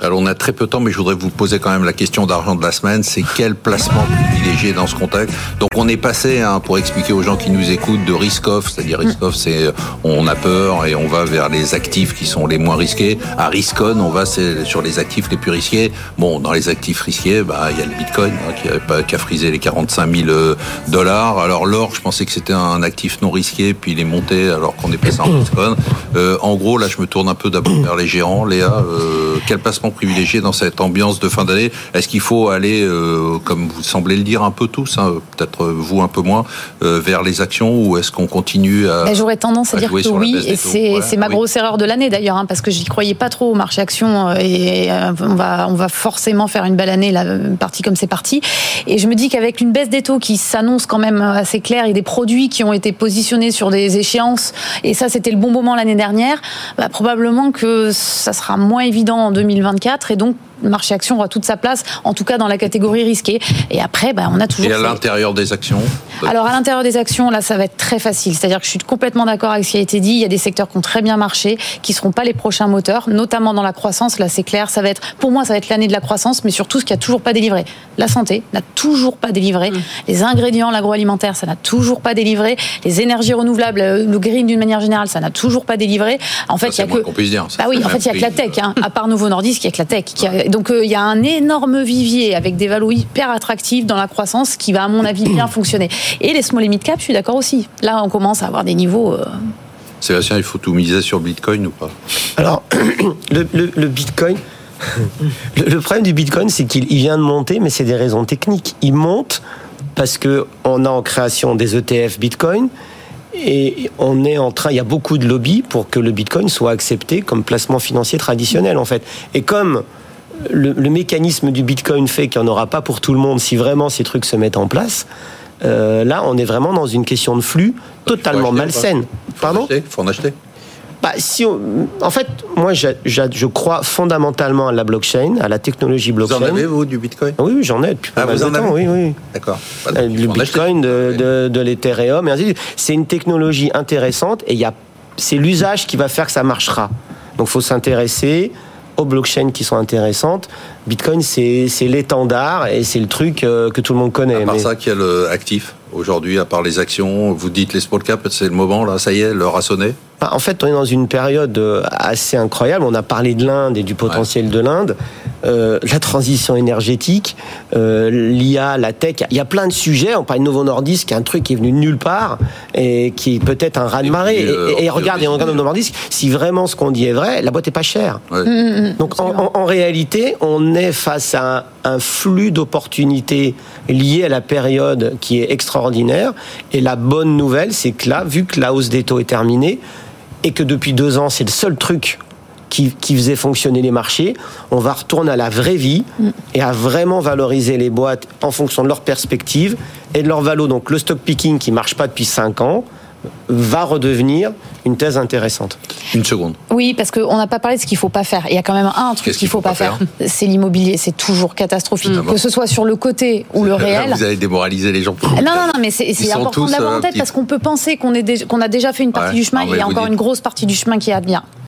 Alors on a très peu de temps, mais je voudrais vous poser quand même la question d'argent de la semaine. C'est quel placement privilégié dans ce contexte? Donc on est passé, pour expliquer aux gens qui nous écoutent, de risk-off, c'est-à-dire risk-off, c'est on a peur et on va vers les actifs qui sont les moins risqués. À risk-on, on va sur les actifs les plus risqués. Bon, dans les actifs risqués, il y a le Bitcoin qui a frisé les 45 000 $. Alors l'or, je pensais que c'était un actif non risqué, puis il est monté alors qu'on est passé en risk-on. En gros, là, je me tourne un peu d'abord vers les géants. Léa, quel placement privilégié dans cette ambiance de fin d'année? Est-ce qu'il faut aller, comme vous semblez le dire un peu tous, peut-être vous un peu moins, vers les actions, ou est-ce qu'on continue à... J'aurais tendance à dire que oui, et c'est ma grosse erreur de l'année d'ailleurs, parce que j'y croyais pas trop au marché action, et on va forcément faire une belle année, partie comme c'est parti. Et je me dis qu'avec une baisse des taux qui s'annonce quand même assez claire et des produits qui ont été positionnés sur des échéances, et ça c'était le bon moment l'année dernière, probablement que ça sera moins évident en 2024, et donc le marché action aura toute sa place, en tout cas dans la catégorie risquée. Et après, on a toujours... Et à l'intérieur des actions? Alors, à l'intérieur des actions, là, ça va être très facile. C'est-à-dire que je suis complètement d'accord avec ce qui a été dit. Il y a des secteurs qui ont très bien marché, qui ne seront pas les prochains moteurs, notamment dans la croissance. Là, c'est clair. Pour moi, ça va être l'année de la croissance, mais surtout ce qui n'a toujours pas délivré. La santé n'a toujours pas délivré. Les ingrédients, l'agroalimentaire, ça n'a toujours pas délivré. Les énergies renouvelables, le green d'une manière générale, ça n'a toujours pas délivré. En fait, il y a que... qu'on puisse dire. oui, en fait, il y a que la tech. À part Novo Nordisk, il y a que la tech. Donc, il y a un énorme vivier avec des valos hyper attractifs dans la croissance qui va, à mon avis, bien fonctionner. Et les small et mid cap, je suis d'accord aussi. Là, on commence à avoir des niveaux... Sébastien, il faut tout miser sur Bitcoin ou pas? Alors, le Bitcoin... le problème du Bitcoin, c'est qu'il vient de monter, mais c'est des raisons techniques. Il monte parce qu'on a en création des ETF Bitcoin, et on est en train, il y a beaucoup de lobby pour que le Bitcoin soit accepté comme placement financier traditionnel, en fait. Et comme le mécanisme du Bitcoin fait qu'il n'y en aura pas pour tout le monde si vraiment ces trucs se mettent en place, là, on est vraiment dans une question de flux totalement malsaine. Pardon ? Il faut en acheter. En fait, moi, je crois fondamentalement à la blockchain, à la technologie blockchain. Vous en avez, vous, du Bitcoin? Oui, j'en ai depuis pas mal de temps. Oui. D'accord. Le Bitcoin, de l'Ethereum, et ainsi de suite. C'est une technologie intéressante, et c'est l'usage qui va faire que ça marchera. Donc, il faut s'intéresser aux blockchains qui sont intéressantes. Bitcoin, c'est l'étendard, et c'est le truc que tout le monde connaît. À part ça, quel actif aujourd'hui, à part les actions? Vous dites les small caps, c'est le moment, là, ça y est, l'heure a sonné? En fait, on est dans une période assez incroyable. On a parlé de l'Inde et du potentiel de l'Inde, la transition énergétique, l'IA, la tech. Il y a plein de sujets. On parle de Novo Nordisk, qui est un truc qui est venu de nulle part et qui est peut-être un raz-de-marée. Et regarde Novo Nordisk, si vraiment ce qu'on dit est vrai, la boîte est pas chère. Ouais. Donc en réalité, on est face à un flux d'opportunités liées à la période qui est extraordinaire. Et la bonne nouvelle, c'est que là, vu que la hausse des taux est terminée, et que depuis 2 ans, c'est le seul truc qui faisait fonctionner les marchés, on va retourner à la vraie vie et à vraiment valoriser les boîtes en fonction de leur perspective et de leur valo. Donc le stock picking qui ne marche pas depuis 5 ans va redevenir une thèse intéressante. Une seconde. Oui, parce qu'on n'a pas parlé de ce qu'il ne faut pas faire. Il y a quand même un truc qu'il ne faut pas faire. C'est l'immobilier. C'est toujours catastrophique. Que ce soit sur le côté ou le réel. Là, vous allez démoraliser les gens. Non, mais c'est important de l'avoir en tête, parce qu'on peut penser qu'on a déjà fait une partie du chemin, et il y a encore une grosse partie du chemin qui est à bien.